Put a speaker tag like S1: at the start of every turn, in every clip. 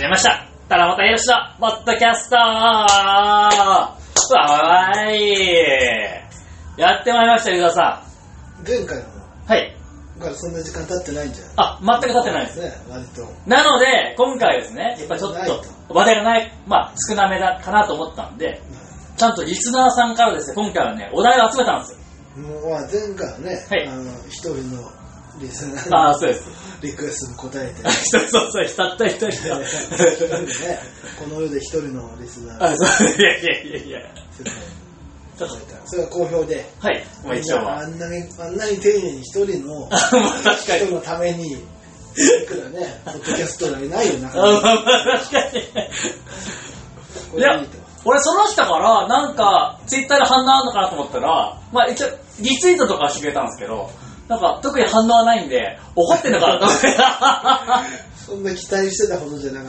S1: ゃいました。たらまたよしのポッドキャストわーい。やってまいりました、ユダさ
S2: ん。前回の
S1: はい
S2: からそんな時間経ってないんじゃない？
S1: 全く経ってないです
S2: ね、割と。
S1: なので今回ですね、やっぱりちょっと話題がない、少なめだかなと思ったんで、ちゃんとリスナーさんからですね、今回はね、お題を集めたんですよ。
S2: もう前回はね、
S1: はい、
S2: 一人のリスナーの
S1: そうです
S2: リクエストに答えて、
S1: そうたった一人が
S2: この世で一人のリスナー
S1: いや
S2: それは好評で、
S1: はい、もう一応は
S2: あんなに丁寧に一人の人のためにいくらね、ポッドキャストがいないよな。
S1: 確かに。いや、俺その人からなんかツイッターで反応あるのかなと思ったら、一応リツイートとかはしてくれたんですけど、なんか特に反応はないんで怒ってんのかなと思って。
S2: そんな期待してたほどじゃなかった。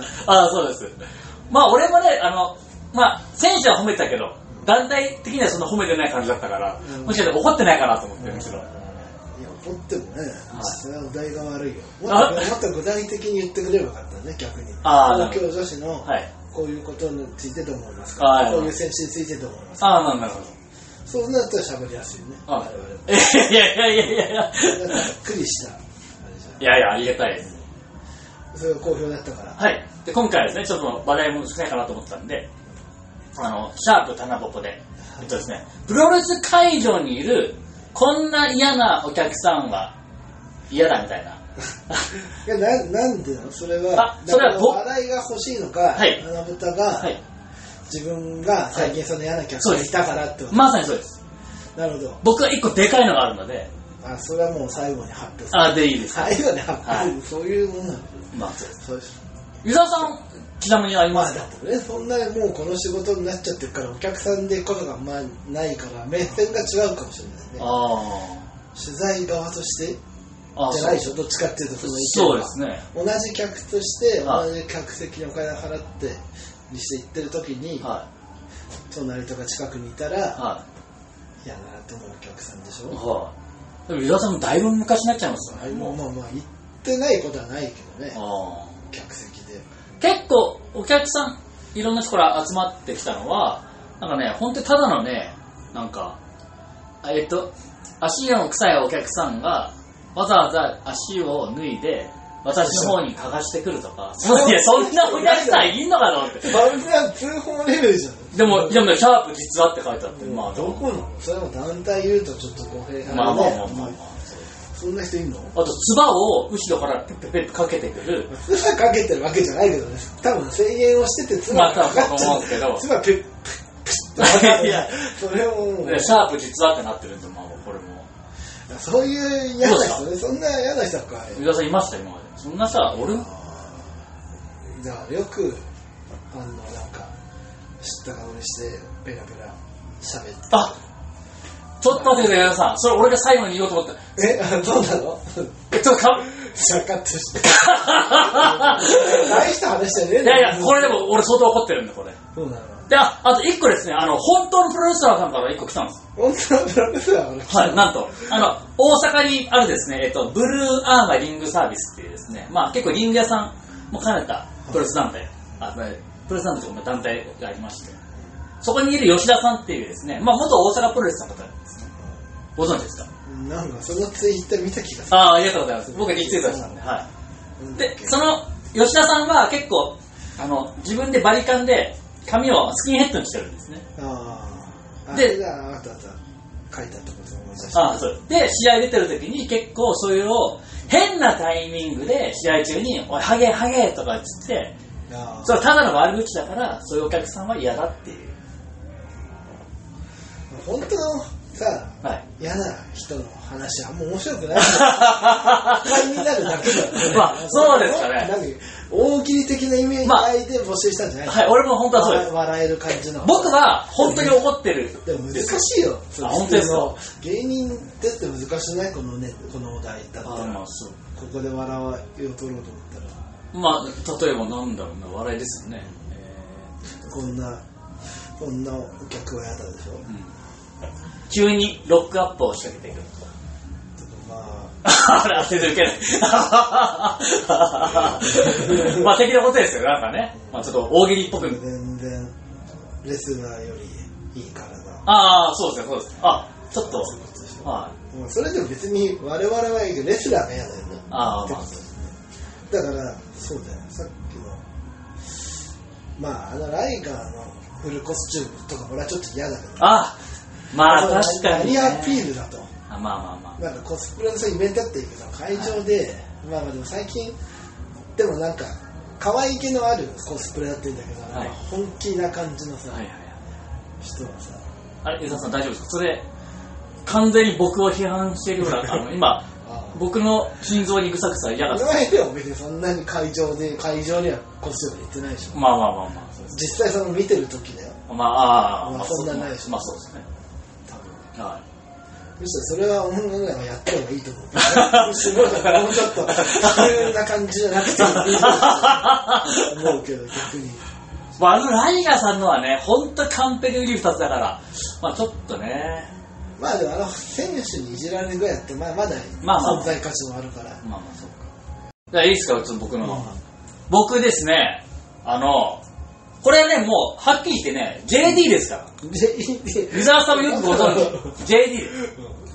S1: そうです。俺もね、選手は褒めたけど、団体的にはそんな褒めてない感じだったから、もしかして怒ってないかなと思って、むしろ。
S2: いや、怒ってもね、それはお題が悪いよ。もっと具体的に言ってくればよかったね、逆に。東京女子のこういうことについてどう思いますか、こういう選手についてどう思いますか。
S1: なるほど。
S2: そうなったら喋りやすいね。
S1: いや。
S2: クリした。
S1: いや、ありがたいです。
S2: それが好評だったから。
S1: はい。で、今回はですね、ちょっと話題も少ないかなと思ってたんで、シャープタナポポで、ですね、プロレス会場にいるこんな嫌なお客さんは嫌だみたいな。
S2: いや、なんでなの？それは笑いが欲しいのか、花豚が、自分が最近その嫌な客さんがいたからってこと。
S1: まさにそうです。
S2: なるほど。
S1: 僕は一個でかいのがあるので、
S2: それはもう最後に発表する。
S1: でいいです。
S2: 最後に発表する、そういうもんなの。
S1: そうです。湯沢さん、ちなみにありますか？
S2: だってね、そんなにもうこの仕事になっちゃってるから、お客さんでことがないから目線が違うかもしれないね。取材側としてじゃないでしょ、どっちかっていうとその意見は。そうですね。同じ客として同じ客席にお金払ってにして行ってる時に、隣とか近くにいたら、嫌だなと思うお客さんでしょ。
S1: でも湯沢さんもだいぶ昔になっちゃいますよね。
S2: 言ってないことはないけどね、客席で。
S1: 結構お客さんいろんな人から集まってきたのはなんかね、本当にただのね、なんか足の臭いお客さんがわざわざ足を脱いで私の方にかがしてくるとか、そんなお客さんいんのかと思って。
S2: そんな通報レベルじゃん。
S1: でもシャープ実はって書いてあって、
S2: どこなの？それも団体言うとちょっと語弊があるね。そんな人いんの？
S1: あと、唾を後ろからペッペッかけてくる。
S2: 唾かけてるわけじゃないけどね。多分声援をしてて唾がかかっちゃう。唾ペッペッって。それを
S1: シャープ実はってなってるんですよ、これも。
S2: そういう嫌な人ね。そんな嫌な人か。
S1: 湯田さんいました今まで。そんなさ、俺だ
S2: からよくなんか知った顔にしてベラベラ喋って。
S1: ちょっと待ってください、湯田さん。それ俺が最後に言おうと思った。
S2: どうなの？
S1: ちょっと
S2: シャカッとして。大した話じゃねえん
S1: だよ。いや、これでも俺相当怒ってるんだ、これ。
S2: そうなの。
S1: で、あと1個ですね、本当のプロレスラーさんから1個来たんです。
S2: 本当のプロレスラー
S1: はい、なんと、大阪にあるですね、ブルーアーマーリングサービスっていうですね、結構リング屋さんも兼ねたプロレス団体、プロレス団体という団体がありまして、そこにいる吉田さんっていうですね、元大阪プロレスの方ですね。ご存知ですか？
S2: なんかそのツイッター見た気がす
S1: る。ありがとうございます。僕はリツイートしたんで、はい。で、その吉田さんは結構自分でバリカンで髪をスキンヘッドにしてるんですね。
S2: で、書いてあったことを思い出した。
S1: そうで、試合出てる時に結構そういうのを変なタイミングで試合中においハゲハゲとか言ってそれはただの悪口だからそういうお客さんは嫌だっていう。
S2: 本当のさ、嫌な人の話はもう面白くない。不快になるだけだ。
S1: そうですかね。
S2: 大喜利的な意味合いで募集したんじゃない？
S1: はい、俺も本当はそうです。
S2: 笑える感じの。
S1: 僕は本当に怒ってる。
S2: でも難しいよ。
S1: 本当ですか？
S2: 芸人って難しくない？このお題だったら。ここで笑いを取ろうと思ったら。
S1: 例えばなんだろうな、笑いですよね。
S2: こんなお客は嫌だでしょ。
S1: 急にロックアップを仕掛けていく。 あれ、当てて受けない。まあ、的なことですよ、なんかね。まあ、ちょっと大喜利っぽく。
S2: 全然、レスラーよりいい体。
S1: ああ、そうですね、そうですね。あ、ちょっと。
S2: はい。それでも別に我々はいいけど、レスラーが嫌だよね。
S1: ああ、まあ。
S2: だから、そうだよ、さっきの、まあ、ライガーのフルコスチュームとか、俺はちょっと嫌だけど。
S1: あ、まあ、確かに、ね。
S2: 何アピールだと。
S1: あ、まあまあまあ。
S2: なんかコスプレのイベントだっていいけど、会場で、まあまあでも最近、でもなんか、可愛げのあるコスプレだっていいんだけど、本気な感じのさ、人はさ。
S1: あれ、江澤さん大丈夫ですか？それ、完全に僕を批判してるような、今、僕の心臓にぐさぐさ嫌だった。
S2: お前でも別にそんなに会場にはコスチュームで行ってないでしょ。
S1: まあまあまあまあ。
S2: 実際その見てる時だよ。
S1: まあ、
S2: そんなないでしょ。
S1: まあそうですね。多分。はい。
S2: むしろそれは女の子がやった方がいいと思う。すごい、もうちょっと、こんな感じじゃなくてもいいと思うけど、逆に。
S1: まあ、ライガーさんのはね、ほんと完璧に二つだから、まあちょっとね。
S2: まあでも選手にいじられるぐらいやって、まだ存在価値もあるから。
S1: まあそうか。じゃあいいですか、僕の。僕ですね、これはね、もう、はっきり言ってね、JD ですから。
S2: JD。
S1: 伊沢さんもよくご存知。JD です。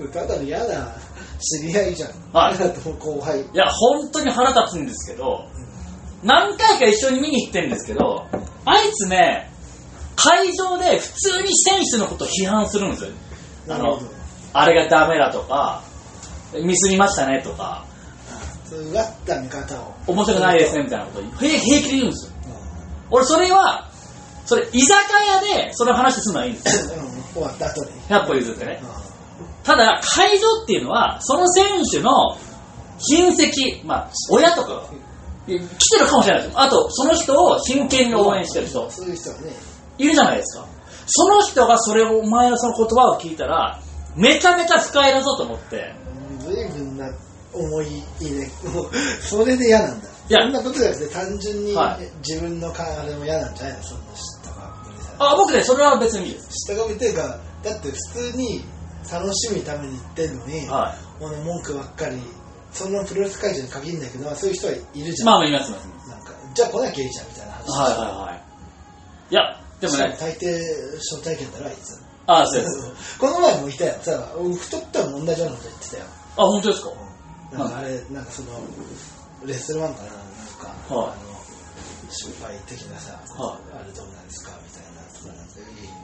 S2: ただの嫌な知り合いじゃん。
S1: はい。
S2: 後輩。い
S1: や、本当に腹立つんですけど、何回か一緒に見に行ってるんですけど、あいつね、会場で普通に選手のことを批判するんですよ。あれがダメだとか、ミスりましたねとか、
S2: そういうわった見方を。
S1: 面白くないですねみたいなことを平気で言うんですよ。俺それ居酒屋でその話するのはいいんですよ。
S2: 終わった後に。
S1: 100歩譲ってね。ただ、会場っていうのは、その選手の親戚、まあ、親とか、来てるかもしれないですよ。あと、その人を真剣に応援してる人。
S2: そういう人はね。い
S1: るじゃないですか。その人がそれを、お前のその言葉を聞いたら、めちゃめちゃ不快だぞと思って。
S2: 随分な思い入れ。それで嫌なんだ。そんなことじゃなくて、単純に自分のあれも嫌なんじゃないの、そんな知ったか。
S1: 僕ね、それは別にいいです。
S2: 知ったかみっていうか、だって普通に楽しみために行ってんのに、文句ばっかり、そのプロレス会場に限るんだけど、そういう人はいるじゃん。
S1: まあ、います。
S2: なんか、じゃあ来なきゃいいじゃんみたいな話。い
S1: や、でもね。
S2: 大抵招待券だろ、あいつ。
S1: そうです。
S2: この前もいたよ。さ、太ったも同じようなこと言ってたよ。
S1: 本当ですか？
S2: なんかあれ、なんかその、レッスルワンかな、なんか、失敗的なさ、あれどうなんですかみたいなとかなん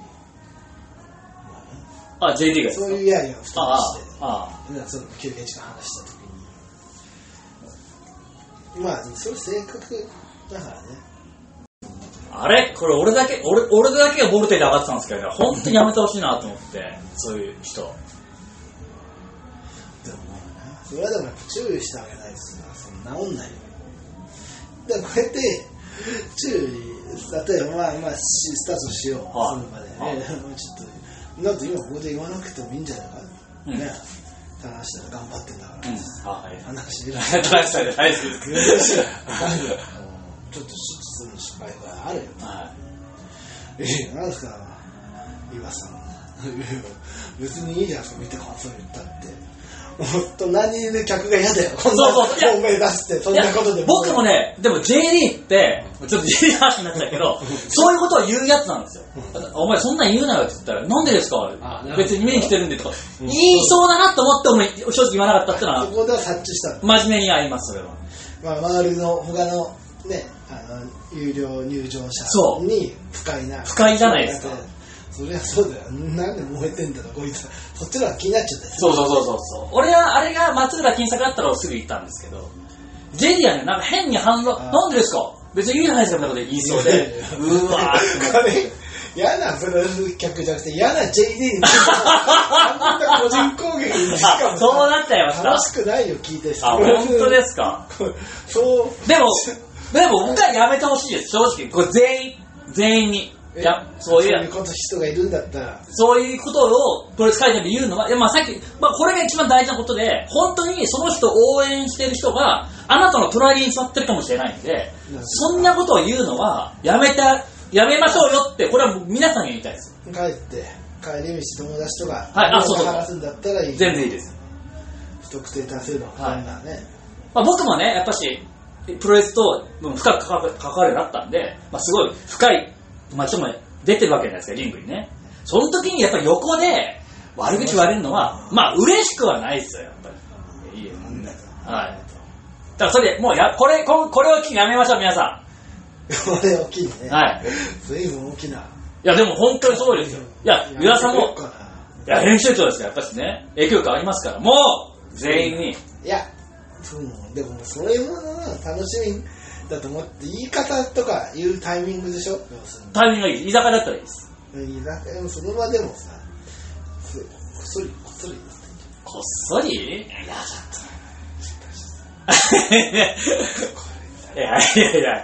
S2: で、
S1: JD が
S2: そういうやりを2人して、その休憩時間話したときに、まあ、それ性格だからね。
S1: あれこれ俺だけがボルテージ上がってたんですけどね、本当にやめてほしいなと思って、そういう人。でも
S2: それはでもやっぱ注意してあげないとさ、治んないよ。だからこうやって注意、例えばまあスタートしよう、その場で、ちょっとなんと今ここで言わなくてもいいんじゃないか、ね、話したら頑張ってんだから、話しないと
S1: 話したら大好きですけど
S2: ちょっとその失敗があるよ。なんですか、岩さん。別にいいじゃん、見て感想言ったって。隣にいる客が嫌だよ。こんな方面出して、そんなことで。
S1: 僕もね、でも JD って、ちょっと JD 話になったけど、そういうことを言うやつなんですよ。お前そんなん言うなよって言ったら、なんでですか別に見に来てるんでとか、言いそうだなと思って俺正直言わなかったってのは、
S2: そこでは察知したの。
S1: 真面目にやります、それは。
S2: まあ、周りの他のね、有料入場者に不快
S1: じゃないですか。
S2: そりゃそうだよ。なんで燃えてんだろ、こいつ。そっちの方が気になっちゃったよ。
S1: そう。俺はあれが松浦金作だったらすぐ言ったんですけど、JD はね、なんか変に反論、なんでですか別にいいじゃないですかみたいなこと言いそうで、うわー
S2: これ、嫌なプロレス客じゃなくて嫌な JD にあんな個人攻撃にしかも
S1: そうなっちゃいました。
S2: 楽しくないよ、聞いて。
S1: 本当ですか
S2: そう。
S1: でも僕はやめてほしいです、正直。これ全員に。
S2: そういう人がいるんだったら、
S1: そういうことをプロレス会場で言うのは、さっき、これが一番大事なことで、本当にその人を応援している人があなたの隣に座ってるかもしれないんで、そんなことを言うのはやめましょうよって、これは皆さんに言いたいです。
S2: 帰り道友達とか
S1: 話
S2: すんだったらいい。
S1: 全然いいです。
S2: 不特定多数のファンがね、
S1: まあ、僕もねやっぱしプロレスと深く関わるようになったんで、まあ、すごい深い、まあ、人も出てるわけじゃないですか、リングにね。その時にやっぱり横で悪口言われるのはまあ嬉しくはないですよ、やっぱり。いいよ、はい。だからそれでもうこれを機にやめましょう、皆さ
S2: ん。これ大きいね。
S1: はい。
S2: 随分大きな。
S1: いやでも本当にそうですよ。いや湯田さんも、いや編集長ですよ、やっぱしね影響力ありますから、もう全員に。
S2: いや、でもそういうものの楽しみだと思って、言い方とか言うタイミングでしょ。
S1: タイミングがいい。居酒屋だったらいいです。
S2: 居酒屋もその場でもさ、こっそり
S1: こっそりいやだいや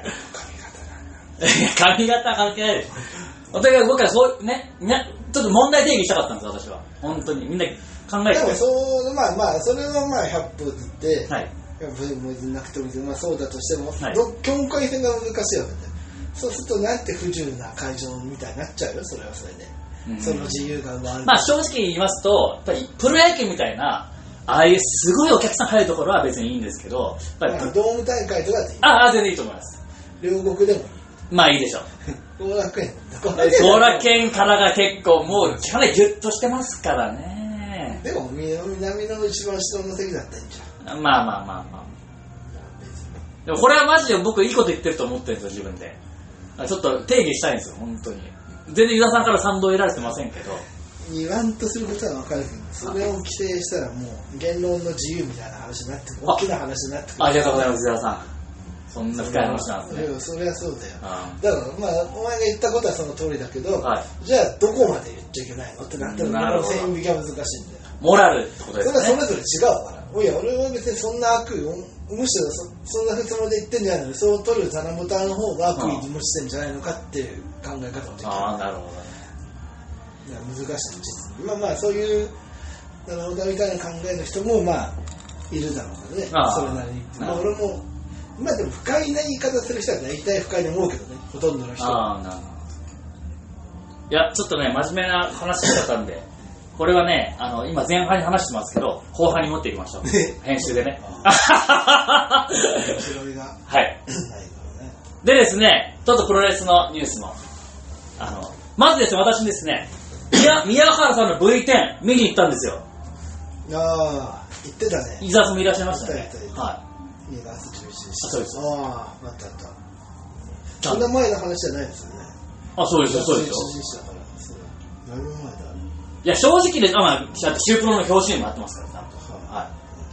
S1: 髪型関係ないです。お互い僕はそうね、ちょっと問題定義したかったんです、私は。本当にみんな考えて。
S2: でもそうまあそれはまあ100歩ずって、
S1: はい。
S2: なくてもまあそうだとしても、
S1: はい、
S2: 境界線が難しいわけで、そうするとなんて不自由な会場みたいになっちゃうよ、それはそれで。その自由が生まれる。
S1: まあ正直言いますと、やっぱりプロ野球みたいなああいうすごいお客さん入るところは別にいいんですけど、やっぱり
S2: ドーム大会とかでいい。
S1: ああ全然いいと思います。
S2: 両国でもいい。
S1: まあいいでしょう。
S2: 後楽園
S1: からが結構もうかなりギュッとしてますからね。
S2: でも南の一番下の席だったんじ
S1: ゃん。まあ。でもこれはマジで僕いいこと言ってると思ってるんですよ、自分で。ちょっと定義したいんですよ、本当に。全然湯田さんから賛同得られてませんけど。
S2: 言わんとすることは分かるけど、それを規制したらもう言論の自由みたいな話になって大きな話になってくる。
S1: ありがとうございます、湯田さん。そんな深い話なんですね。
S2: それはそうだよ。だからまあお前が言ったことはその通りだけど、
S1: はい、
S2: じゃあどこまで言っちゃいけないのってなったら線引きが難しいんだよ。
S1: モラルってことですね。
S2: それはそれぞれ違うから。いや俺は別にそんな悪意をむしろそんなつもりで言ってんじゃないのに、そう取るザナボタンの方が悪意に持ちてんじゃないのかっていう考え方もできる。
S1: ああなるほど。
S2: 難しい実に。まあそういうザナボタンみたいな考えの人もまあいるだろうけどね。それなりに。まあ俺もまあでも不快な言い方する人は大体不快に思うけどね、ほとんどの人は。
S1: なるほど。いやちょっとね真面目な話し方んで。これはね、今前半に話してますけど、後半に持っていきましょう。編集でね。
S2: はい。
S1: でですね、ちょっとプロレスのニュースも。まずですね、私ですね、宮原さんの V10 見に行ったんですよ。
S2: ああ、行ってたね。
S1: 伊沢さんもいらっしゃいましたね。
S2: はい。2月11日。
S1: そうです。
S2: ああ、あった。そんな前の話じゃないですよね。
S1: あ、そうですよ、そうですよ。
S2: だいぶ前だ。
S1: いや、正直で、シュープロの表紙にもなってますから、ちゃんと。はい。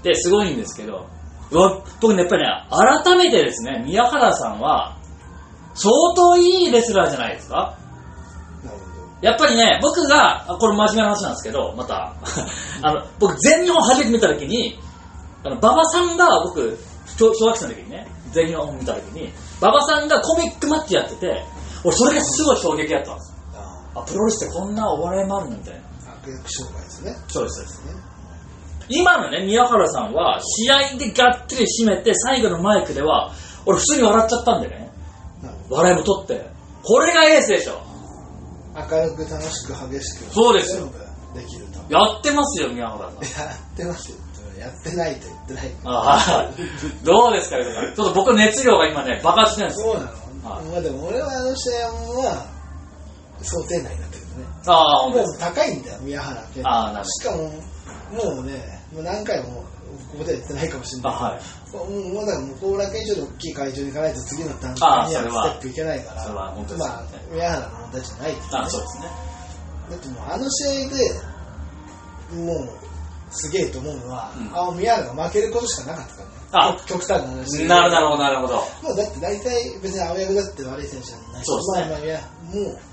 S1: で、すごいんですけど、僕ね、やっぱりね、改めてですね、宮原さんは、相当いいレスラーじゃないですか。
S2: なるほど。
S1: やっぱりね、僕が、これ真面目な話なんですけど、また、僕、全日本初めて見たときに、馬場さんが、僕、小学生の時にね、全日本見たときに、馬場さんがコミックマッチやってて、俺、それがすごい衝撃だったんですよ。プロレスってこんなお笑いもあるのみたいな。
S2: 悪役商売ですね。
S1: そうですね。今のね、宮原さんは、試合でがっつり締めて、最後のマイクでは、俺普通に笑っちゃったんでね。笑いも取って。これがエースでしょ。
S2: 明るく楽しく激しく。
S1: そうですよ。
S2: できると。
S1: やってますよ、宮原さん。
S2: やってますよ。やってないと言ってない。
S1: どうですか、ちょっと僕の熱量が今ね、爆発してるんです
S2: よ。そうなの。まあでも俺は試合は、想定内だったけどね。
S1: 本当
S2: です。高いんだよ、宮原って。しかも、もうね、何回もここでは言ってないかもしれないけど、もうだから後楽園以上の大きい会場に行かないと次の段階にはステップいけないから、まあ、宮原の問題じゃないですね。
S1: そうですね。
S2: だってもう試合で、もう、すげえと思うのは、宮原が負けることしかなかったからね。極端な話。
S1: なるほど。
S2: まあだって大体別に青役だって悪い選手じゃないし、もう、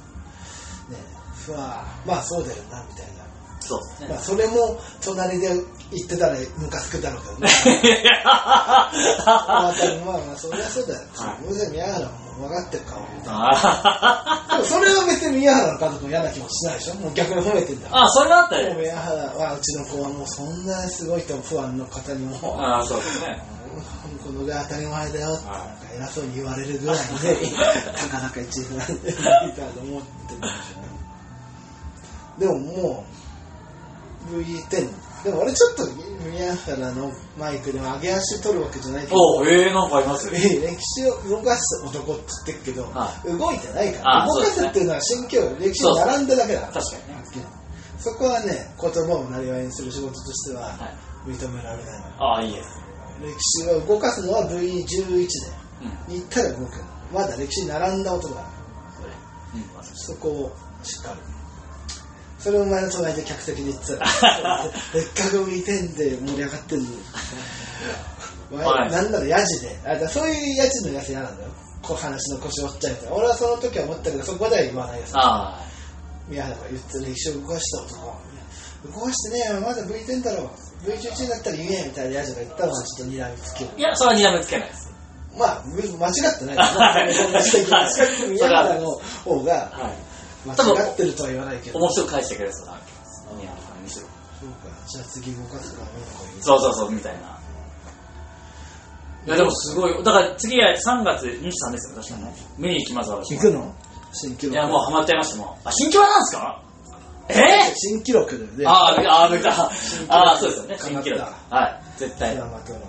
S2: まあそうだよなみたいな。
S1: そうですね。
S2: まあそれも隣で言ってたらムカつくだろうけどね。まあそりゃそうだよ。当然宮原も分かってる顔みたいな。でもそれは別に宮原の監督も嫌な気もしないでしょ。もう逆に褒めてんだ。
S1: それだったよ。
S2: 宮原はうちの子はもうそんなすごい人ファンの方にも。
S1: そうですね。
S2: このぐらい当たり前だよってなんか偉そうに言われるぐらいでたかだか一部なんてみたいな思ってるんでしょうね。でももう V10 でも俺ちょっと宮原のマイクでも上げ足取るわけじゃないけど、
S1: なんかあります
S2: 歴史を動かす男って言ってるけど、動いてないから、動かすっていうのは歴史に並んだだけだから。
S1: 確かにね。
S2: そこはね、言葉をなりわいにする仕事としては認められないの。
S1: いいです。
S2: 歴史を動かすのは V11 で、行ったら動くの。まだ歴史に並んだ男だ。そこをしっかり。それをお前の隣で客席で言ってたら、せっかく見てんで盛り上がってんのに。なんならヤジで。そういうヤジのやつ嫌なんだよ。話の腰折っちゃうから。俺はその時は思ったけど、そこでは言わないです。宮原が言って歴史を動かした男。動かしてねえよ、まだ V10 だろ。V11 になったら言えみたいなヤジが言ったのはちょっと睨みつける。
S1: いや、それは睨みつけないです。
S2: まあ、間違ってないですね。宮原の方が間違ってるとは言わないけど。
S1: 面白く返してくれそうな。宮原さんにしろ。
S2: そうか、じゃあ次動かすから
S1: そう、みたいな。いや、でもすごい。だから次は3月23ですよ、確かに。見に行きます、私。
S2: 行くの？新記録。
S1: いや、もうハマっちゃいました、もう。新記録なんですか？
S2: 新記録でね。
S1: そうですよね、新記録。はい、絶対。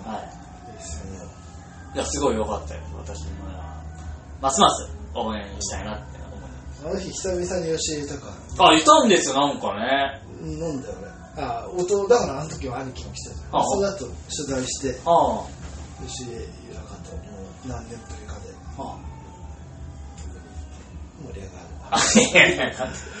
S1: いや、すごい良かったよ、私も。ますます応援したいなって思います。
S2: あの日、久々に吉井とか。
S1: いたんですよ、なんかね。
S2: 飲んだよね。だからあの時は兄貴も来てた。その後、取材して、吉井由良かと、もう何年ぶりかで。盛り上がる。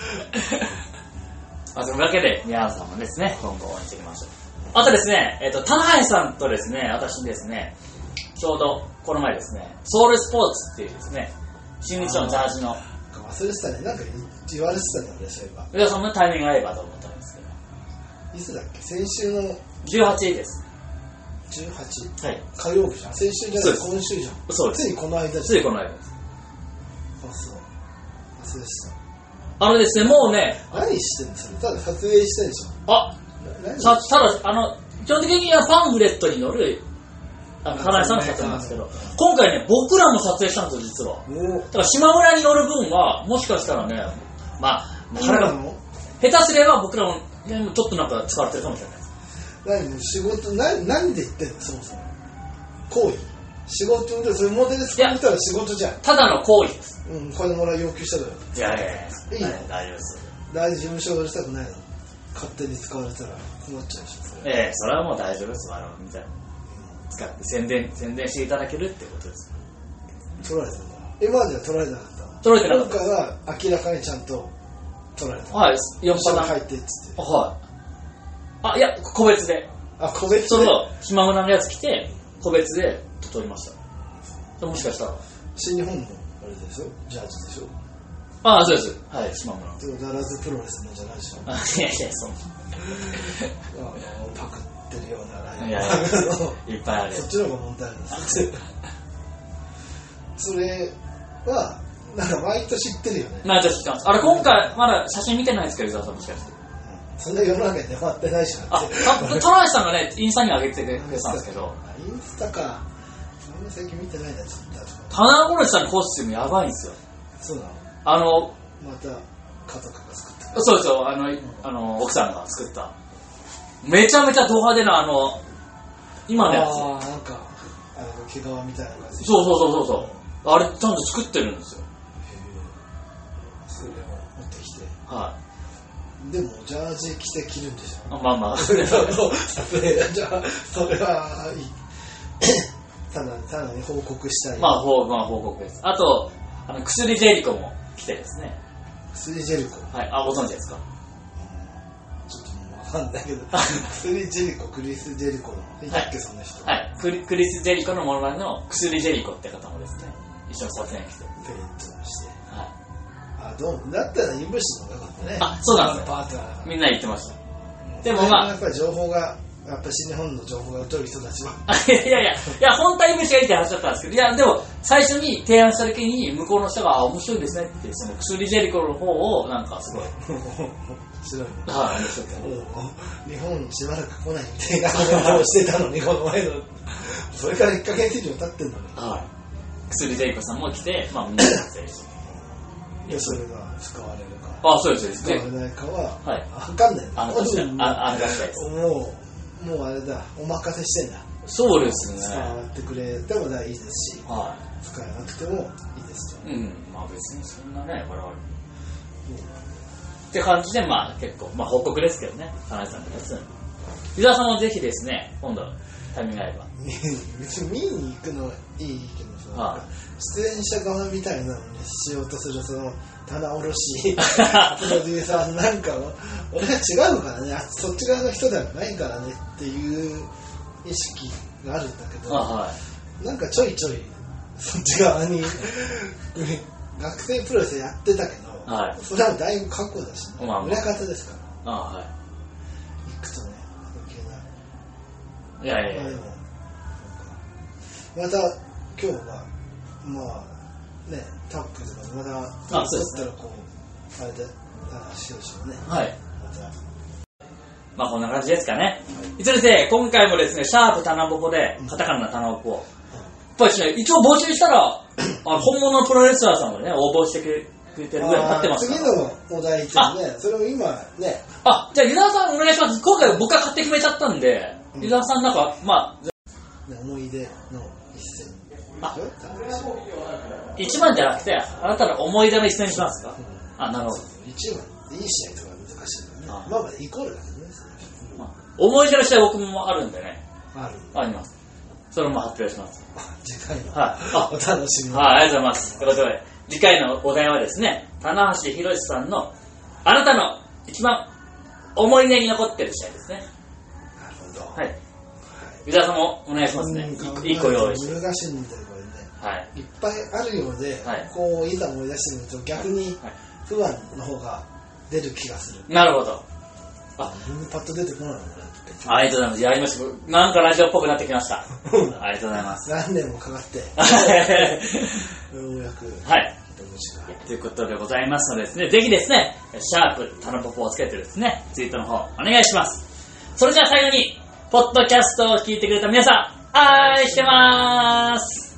S1: そのわけで、宮原さんもですね、今後応援していきましょう。あとですね、田中さんとですね、私ですね、ちょうどこの前ですね、ソウルスポーツっていうですね、新日のジャージの。
S2: 忘れてたね、なんか言われてたね、俺、そういえば。
S1: いや、そんなタイミングが合えばと思ったんですけど。
S2: いつだっけ、先週の。
S1: 18日です。
S2: 18？
S1: はい。
S2: 火曜日じゃん。先週じゃない、今週じゃん。
S1: そうです。
S2: ついこの間じゃん。
S1: ついこの間です。
S2: そう。忘れて
S1: た。ですね、もうね。
S2: 何してんのそれ？ただ撮影してんでしょ。
S1: ただ、基本的にはパンフレットに載る、田中さんの撮影なんですけど、今回ね、僕らも撮影したんですよ、実は。だから島村に乗る分は、もしかしたらね、下手すれば僕らも、ちょっとなんか使われてるかもしれないです。
S2: 仕事、何で言ってんのそもそも。行為。仕事で、それモデル使ったら仕事じゃん。
S1: ただの行為です。
S2: 金もらう要求したらよ。
S1: いや、
S2: いいの？
S1: 大丈夫です。
S2: 大事務所がうるさくないの？勝手に使われたら困っちゃうでしょ。
S1: それはもう大丈夫です。みたいな。使って宣伝していただけるってことです。
S2: 取られたんだ。今までは取られなかった。
S1: 取られてなかった。
S2: 今回は明らかにちゃんと取られた。
S1: はい、4パターン。
S2: 入ってっつって。
S1: はい。いや、個別で。
S2: 個別で。
S1: そう、島村のやつ来て、個別で取りました。もしかしたら。
S2: 新日本のあれでしょ？ジャージでしょ？
S1: そうです。はい、島村。
S2: でも、ダラズプロレスのじゃないでしょ？
S1: いや、そう。
S2: パクってるようなライブ。
S1: いっぱいある。
S2: そっちの方が問題なんです。それは、なんか毎年知ってるよね。
S1: 毎年知ってます。今回、まだ写真見てないですけど、伊沢さんもしかして。
S2: そんな世の中に出回ってないしな。
S1: トライさんがね、インスタに上げてくれたんですけど。
S2: インスタか。そんな最近見てないな、ツイッターとか。
S1: 棚殺しさんのコスチュームやばいんですよ。
S2: そうなの？また、家族が作った。
S1: そうですよ、奥さんが作った。めちゃめちゃド派手な、今のやつ。
S2: なんか、毛皮みたいな感じ。
S1: そう。あれ、ちゃんと作ってるんですよ。
S2: それを持ってきて。
S1: はい。
S2: でも、ジャージ着て着るんでしょ。
S1: まあ。
S2: 撮影、じゃあ、それはいい。ただに報告したい。
S1: 報告です。あと、薬ジェリコも来てですね。
S2: 薬ジェリコ？
S1: はい。ご存知ですか？
S2: ちょっともうわかんないけど、薬ジェリコ、クリス・ジェリコの、いたっけ、そんな人。
S1: はい。クリス・ジェリコのモノマネの薬ジェリコって方もですね、一緒に撮影に来て。
S2: ペイントをして。
S1: はい。
S2: どうも。だったら、イブシの方がよかったね。
S1: そうなんですよ。
S2: パートナーが。
S1: みんな言ってました。でも
S2: やっぱり情報が、やっぱ新日本の情報が疎い人たちは。
S1: いや、本当はイブシがいいって話だったんですけど、いや、でも、最初に提案した時に、向こうの人が、面白いですねって、その薬ジェリコの方を、なんかすごい。
S2: 白いね。
S1: 面白い。
S2: 日本しばらく来ないみたいなコメントをしてたのに、この前の。それから1ヶ月以上経ってんのに。
S1: 薬ジェリコさんも来て、みんなで撮影して。
S2: で、それが使われるか。
S1: そうです。
S2: 使われないかは、
S1: はい。
S2: わかんない。
S1: 確かに。
S2: もうあれだ、お任せしてんだ。
S1: そうですね。
S2: 使ってくれてもいいですし、
S1: はい。
S2: 使えなくてもいいですと。
S1: まあ別にそんなね、我々。って感じで、まあ結構、まあ報告ですけどね、花井さんのやつ。湯沢さんもぜひですね、今度、タイミングがあれば。
S2: 別に見に行くのはいいけどさ、出演者側みたいなのにしようとするその棚卸しプロデューサーなんかは俺は違うからね、そっち側の人ではないからねっていう意識があるんだけど、なんかちょいちょいそっち側に学生プロレスやってたけど、それはだいぶ過去だし、ね、裏方ですから、行くとね
S1: いや
S2: でもまた今日はまあねタックとかまた取ったらこうあれで話をしようね。
S1: まあこんな感じですかね。いつれて今回もですね、シャープタナボコでカタカナのタナボコをやっぱりね、一応募集したら本物のプロレスラーさんもね応募してくれてるぐらいになってますから。
S2: 次のお題ってね、それを今ね。
S1: じゃあ湯沢さんお願いします。今回僕が勝手に決めちゃったんで、湯沢さんなんかまあ
S2: 思い出の一戦。
S1: 一番じゃなくて、あなたの思い出の一戦にしますか？なるほど。
S2: 一番いい試合とか難しいからね。まあイコールだけどね。
S1: 思い出の試合僕もあるんでね。
S2: あります。
S1: それも発表します。
S2: 次回の。お楽しみに。
S1: ありがとうございます。ということで、次回のお題はですね、棚橋宏さんのあなたの一番思い出に残ってる試合ですね。
S2: なるほど。
S1: はい。湯沢さんもお願いしますね。一個用意して。
S2: 難しいんだよこれね。いっぱいあるようで、こういざ思い出してみると逆に不安の方が出る気がする。
S1: なるほど。
S2: パッと出てこないのね。
S1: ありがとうございます。やりました。なんかラジオっぽくなってきました。ありがとうございます。
S2: 何年もかかって。ようやく。
S1: ということでございますのでですね、ぜひですね、シャープタナポポをつけてですね、ツイートの方お願いします。それじゃあ最後に、ポッドキャストを聞いてくれた皆さん、愛してまーす。